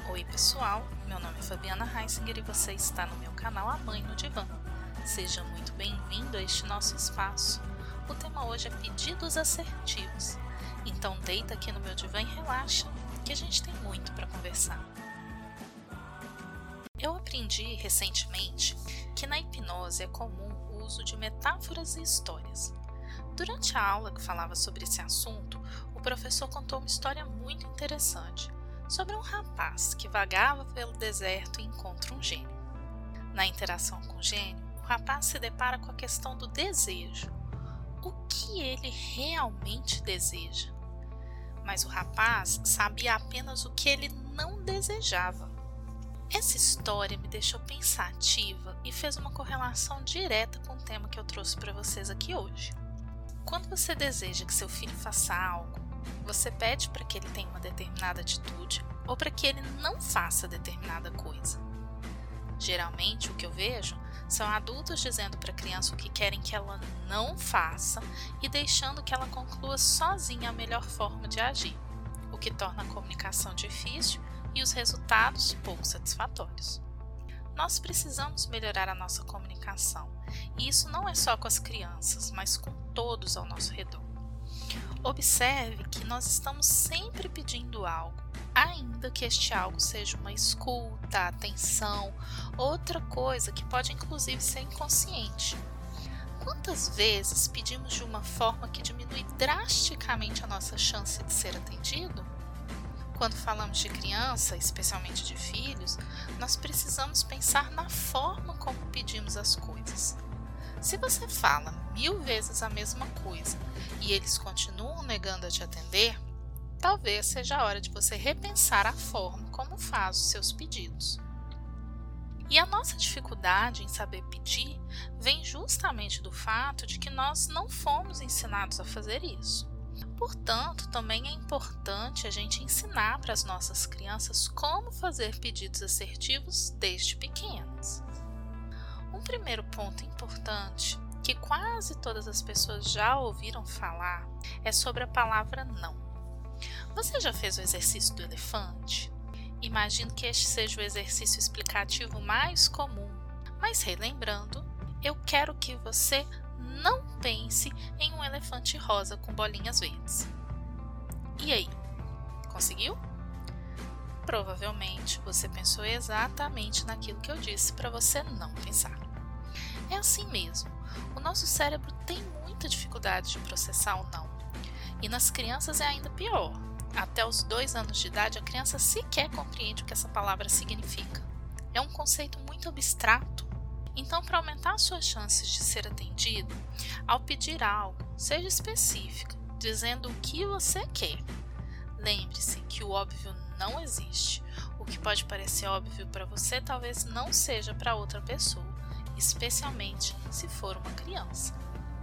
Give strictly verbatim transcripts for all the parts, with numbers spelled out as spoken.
Oi pessoal, meu nome é Fabiana Heisinger e você está no meu canal A Mãe no Divã. Seja muito bem-vindo a este nosso espaço. O tema hoje é pedidos assertivos, então deita aqui no meu divã e relaxa, que a gente tem muito para conversar. Eu aprendi recentemente que na hipnose é comum o uso de metáforas e histórias. Durante a aula que falava sobre esse assunto, o professor contou uma história muito interessante sobre um rapaz que vagava pelo deserto e encontra um gênio. Na interação com o gênio, o rapaz se depara com a questão do desejo. O que ele realmente deseja? Mas o rapaz sabia apenas o que ele não desejava. Essa história me deixou pensativa e fez uma correlação direta com o tema que eu trouxe para vocês aqui hoje. Quando você deseja que seu filho faça algo, você pede para que ele tenha uma determinada atitude ou para que ele não faça determinada coisa. Geralmente, o que eu vejo são adultos dizendo para a criança o que querem que ela não faça e deixando que ela conclua sozinha a melhor forma de agir, o que torna a comunicação difícil e os resultados pouco satisfatórios. Nós precisamos melhorar a nossa comunicação, e isso não é só com as crianças, mas com todos ao nosso redor. Observe que nós estamos sempre pedindo algo, ainda que este algo seja uma escuta, atenção, outra coisa que pode inclusive ser inconsciente. Quantas vezes pedimos de uma forma que diminui drasticamente a nossa chance de ser atendido? Quando falamos de criança, especialmente de filhos, nós precisamos pensar na forma como pedimos as coisas. Se você fala mil vezes a mesma coisa e eles continuam negando a te atender, talvez seja a hora de você repensar a forma como faz os seus pedidos. E a nossa dificuldade em saber pedir vem justamente do fato de que nós não fomos ensinados a fazer isso. Portanto, também é importante a gente ensinar para as nossas crianças como fazer pedidos assertivos desde pequenas. Um primeiro ponto importante, que quase todas as pessoas já ouviram falar, é sobre a palavra não. Você já fez o exercício do elefante? Imagino que este seja o exercício explicativo mais comum, mas relembrando, eu quero que você não pense em um elefante rosa com bolinhas verdes. E aí, conseguiu? Provavelmente você pensou exatamente naquilo que eu disse para você não pensar. É assim mesmo, o nosso cérebro tem muita dificuldade de processar o não. E nas crianças é ainda pior. Até os dois anos de idade a criança sequer compreende o que essa palavra significa. É um conceito muito abstrato. Então, para aumentar as suas chances de ser atendido, ao pedir algo, seja específica, dizendo o que você quer. Lembre-se que o óbvio não existe. O que pode parecer óbvio para você talvez não seja para outra pessoa, especialmente se for uma criança.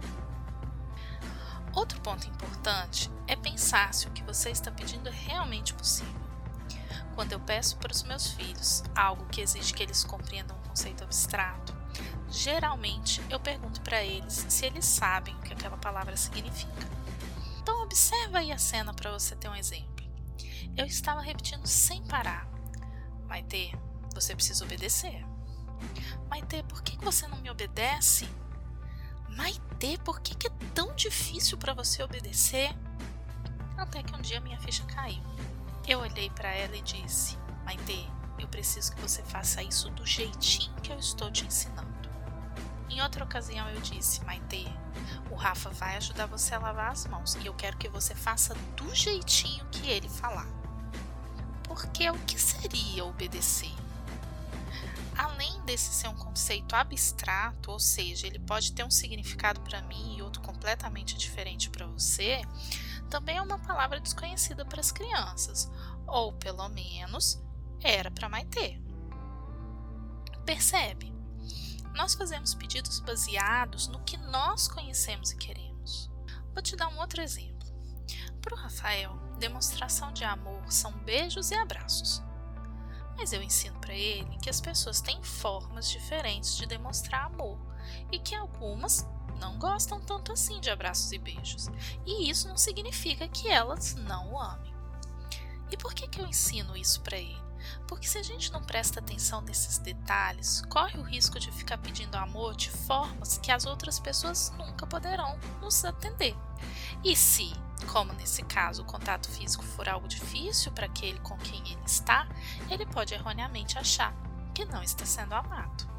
Outro ponto importante é pensar se o que você está pedindo é realmente possível. Quando eu peço para os meus filhos algo que exige que eles compreendam um conceito abstrato, geralmente eu pergunto para eles se eles sabem o que aquela palavra significa. Então observa aí a cena para você ter um exemplo. Eu estava repetindo sem parar: Maitê, você precisa obedecer. Maitê, por que você não me obedece? Maitê, por que é tão difícil para você obedecer? Até que um dia minha ficha caiu. Eu olhei para ela e disse: Maitê, eu preciso que você faça isso do jeitinho que eu estou te ensinando. Em outra ocasião eu disse: Maitê, o Rafa vai ajudar você a lavar as mãos e eu quero que você faça do jeitinho que ele falar. Porque o que seria obedecer? Além desse ser um conceito abstrato, ou seja, ele pode ter um significado para mim e outro completamente diferente para você, também é uma palavra desconhecida para as crianças, ou pelo menos era para Maitê. Percebe? Nós fazemos pedidos baseados no que nós conhecemos e queremos. Vou te dar um outro exemplo. Para o Rafael, demonstração de amor são beijos e abraços. Mas eu ensino para ele que as pessoas têm formas diferentes de demonstrar amor e que algumas não gostam tanto assim de abraços e beijos. E isso não significa que elas não o amem. E por que que eu ensino isso para ele? Porque se a gente não presta atenção nesses detalhes, corre o risco de ficar pedindo amor de formas que as outras pessoas nunca poderão nos atender. E se, como nesse caso, o contato físico for algo difícil para aquele com quem ele está, ele pode erroneamente achar que não está sendo amado.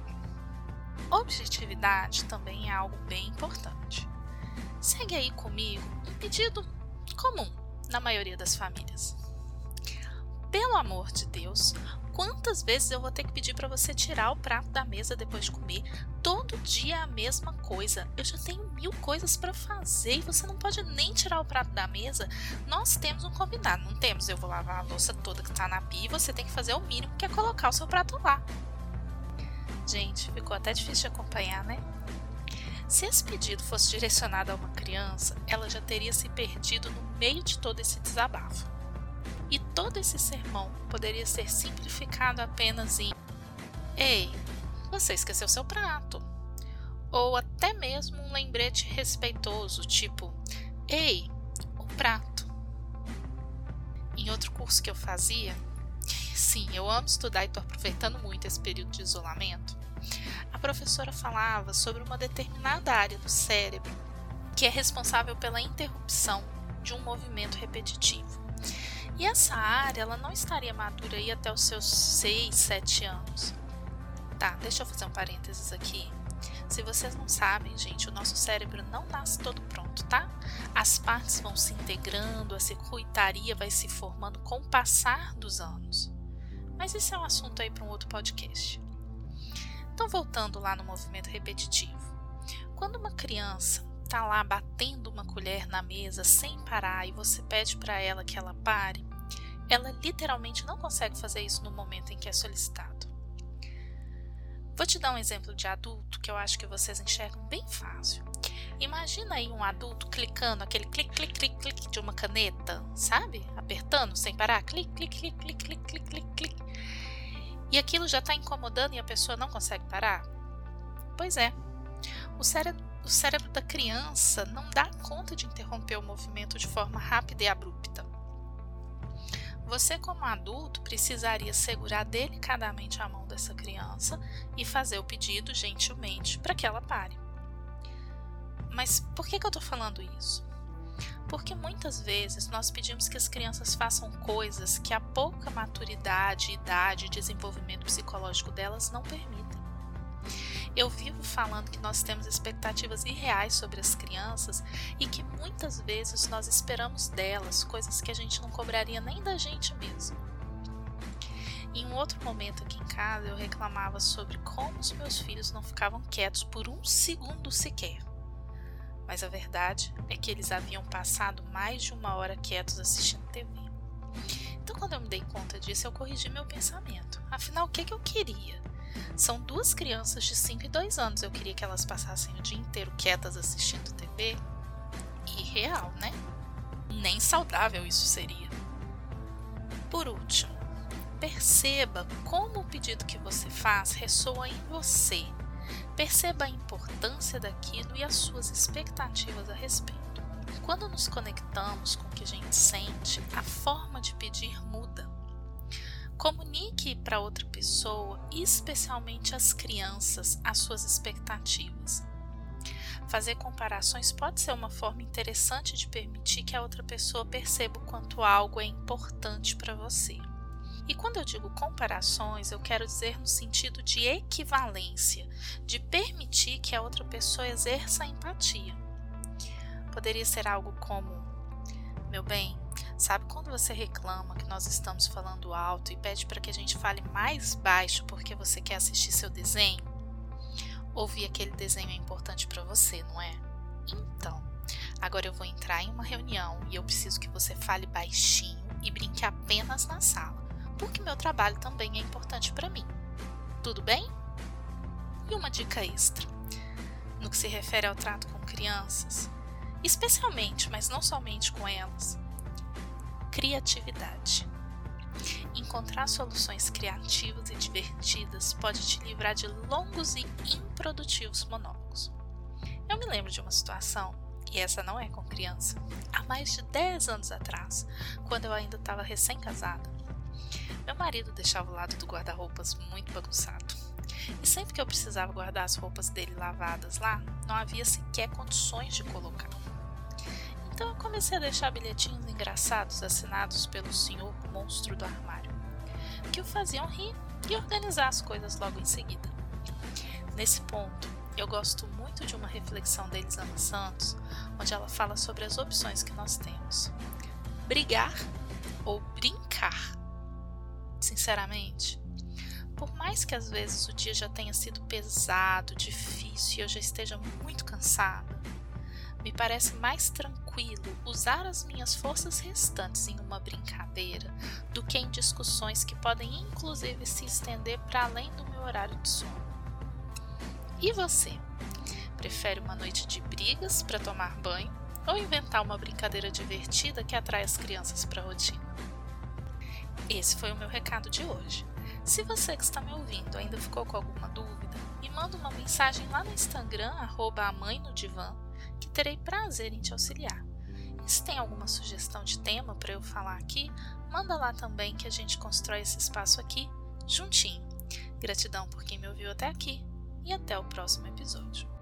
Objetividade também é algo bem importante. Segue aí comigo um pedido comum na maioria das famílias. Pelo amor de Deus, quantas vezes eu vou ter que pedir para você tirar o prato da mesa depois de comer? Todo dia é a mesma coisa. Eu já tenho mil coisas para fazer e você não pode nem tirar o prato da mesa. Nós temos um combinado, não temos? Eu vou lavar a louça toda que está na pia e você tem que fazer o mínimo, que é colocar o seu prato lá. Gente, ficou até difícil de acompanhar, né? Se esse pedido fosse direcionado a uma criança, ela já teria se perdido no meio de todo esse desabafo. E todo esse sermão poderia ser simplificado apenas em: ei, você esqueceu seu prato. Ou até mesmo um lembrete respeitoso, tipo: ei, o prato. Em outro curso que eu fazia, sim, eu amo estudar e estou aproveitando muito esse período de isolamento, a professora falava sobre uma determinada área do cérebro que é responsável pela interrupção de um movimento repetitivo. E essa área ela não estaria madura aí até os seus seis, sete anos. Tá, deixa eu fazer um parênteses aqui. Se vocês não sabem, gente, o nosso cérebro não nasce todo pronto, tá? As partes vão se integrando, a circuitaria vai se formando com o passar dos anos. Mas isso é um assunto aí para um outro podcast. Então, voltando lá no movimento repetitivo. Quando uma criança tá lá batendo uma colher na mesa sem parar e você pede para ela que ela pare, ela literalmente não consegue fazer isso no momento em que é solicitado. Vou te dar um exemplo de adulto que eu acho que vocês enxergam bem fácil. Imagina aí um adulto clicando aquele clique, clique, clique, clique de uma caneta, sabe? Apertando sem parar, clique, clique, clique, clique, clique, clique, clique, clique. E aquilo já está incomodando e a pessoa não consegue parar? Pois é, o cérebro, o cérebro da criança não dá conta de interromper o movimento de forma rápida e abrupta. Você, como adulto, precisaria segurar delicadamente a mão dessa criança e fazer o pedido gentilmente para que ela pare. Mas por que que eu estou falando isso? Porque muitas vezes nós pedimos que as crianças façam coisas que a pouca maturidade, idade e desenvolvimento psicológico delas não permitem. Eu vivo falando que nós temos expectativas irreais sobre as crianças e que muitas vezes nós esperamos delas coisas que a gente não cobraria nem da gente mesmo. Em um outro momento aqui em casa eu reclamava sobre como os meus filhos não ficavam quietos por um segundo sequer. Mas a verdade é que eles haviam passado mais de uma hora quietos assistindo T V. Então, quando eu me dei conta disso, eu corrigi meu pensamento. Afinal, o que, que eu queria? São duas crianças de cinco e dois anos. Eu queria que elas passassem o dia inteiro quietas assistindo T V? Irreal, né? Nem saudável isso seria. Por último, perceba como o pedido que você faz ressoa em você. Perceba a importância daquilo e as suas expectativas a respeito. Quando nos conectamos com o que a gente sente, a forma de pedir muda. Comunique para outra pessoa, especialmente as crianças, as suas expectativas. Fazer comparações pode ser uma forma interessante de permitir que a outra pessoa perceba o quanto algo é importante para você. E quando eu digo comparações, eu quero dizer no sentido de equivalência, de permitir que a outra pessoa exerça a empatia. Poderia ser algo como: meu bem, sabe quando você reclama que nós estamos falando alto e pede para que a gente fale mais baixo porque você quer assistir seu desenho? Ouvir aquele desenho é importante para você, não é? Então, agora eu vou entrar em uma reunião e eu preciso que você fale baixinho e brinque apenas na sala, porque meu trabalho também é importante para mim. Tudo bem? E uma dica extra, no que se refere ao trato com crianças, especialmente, mas não somente com elas, criatividade. Encontrar soluções criativas e divertidas pode te livrar de longos e improdutivos monólogos. Eu me lembro de uma situação, e essa não é com criança, há mais de dez anos atrás, quando eu ainda estava recém-casada. Meu marido deixava o lado do guarda-roupas muito bagunçado. E sempre que eu precisava guardar as roupas dele lavadas lá, não havia sequer condições de colocar. Então eu comecei a deixar bilhetinhos engraçados assinados pelo senhor monstro do armário, que o faziam rir e organizar as coisas logo em seguida. Nesse ponto, eu gosto muito de uma reflexão da Elisama Santos, onde ela fala sobre as opções que nós temos: brigar ou brincar. Sinceramente, por mais que às vezes o dia já tenha sido pesado, difícil e eu já esteja muito cansada, me parece mais tranquilo usar as minhas forças restantes em uma brincadeira do que em discussões que podem inclusive se estender para além do meu horário de sono. E você? Prefere uma noite de brigas para tomar banho ou inventar uma brincadeira divertida que atrai as crianças para a rotina? Esse foi o meu recado de hoje. Se você que está me ouvindo ainda ficou com alguma dúvida, me manda uma mensagem lá no Instagram, arroba a mãe no divã, que terei prazer em te auxiliar. E se tem alguma sugestão de tema para eu falar aqui, manda lá também, que a gente constrói esse espaço aqui juntinho. Gratidão por quem me ouviu até aqui e até o próximo episódio.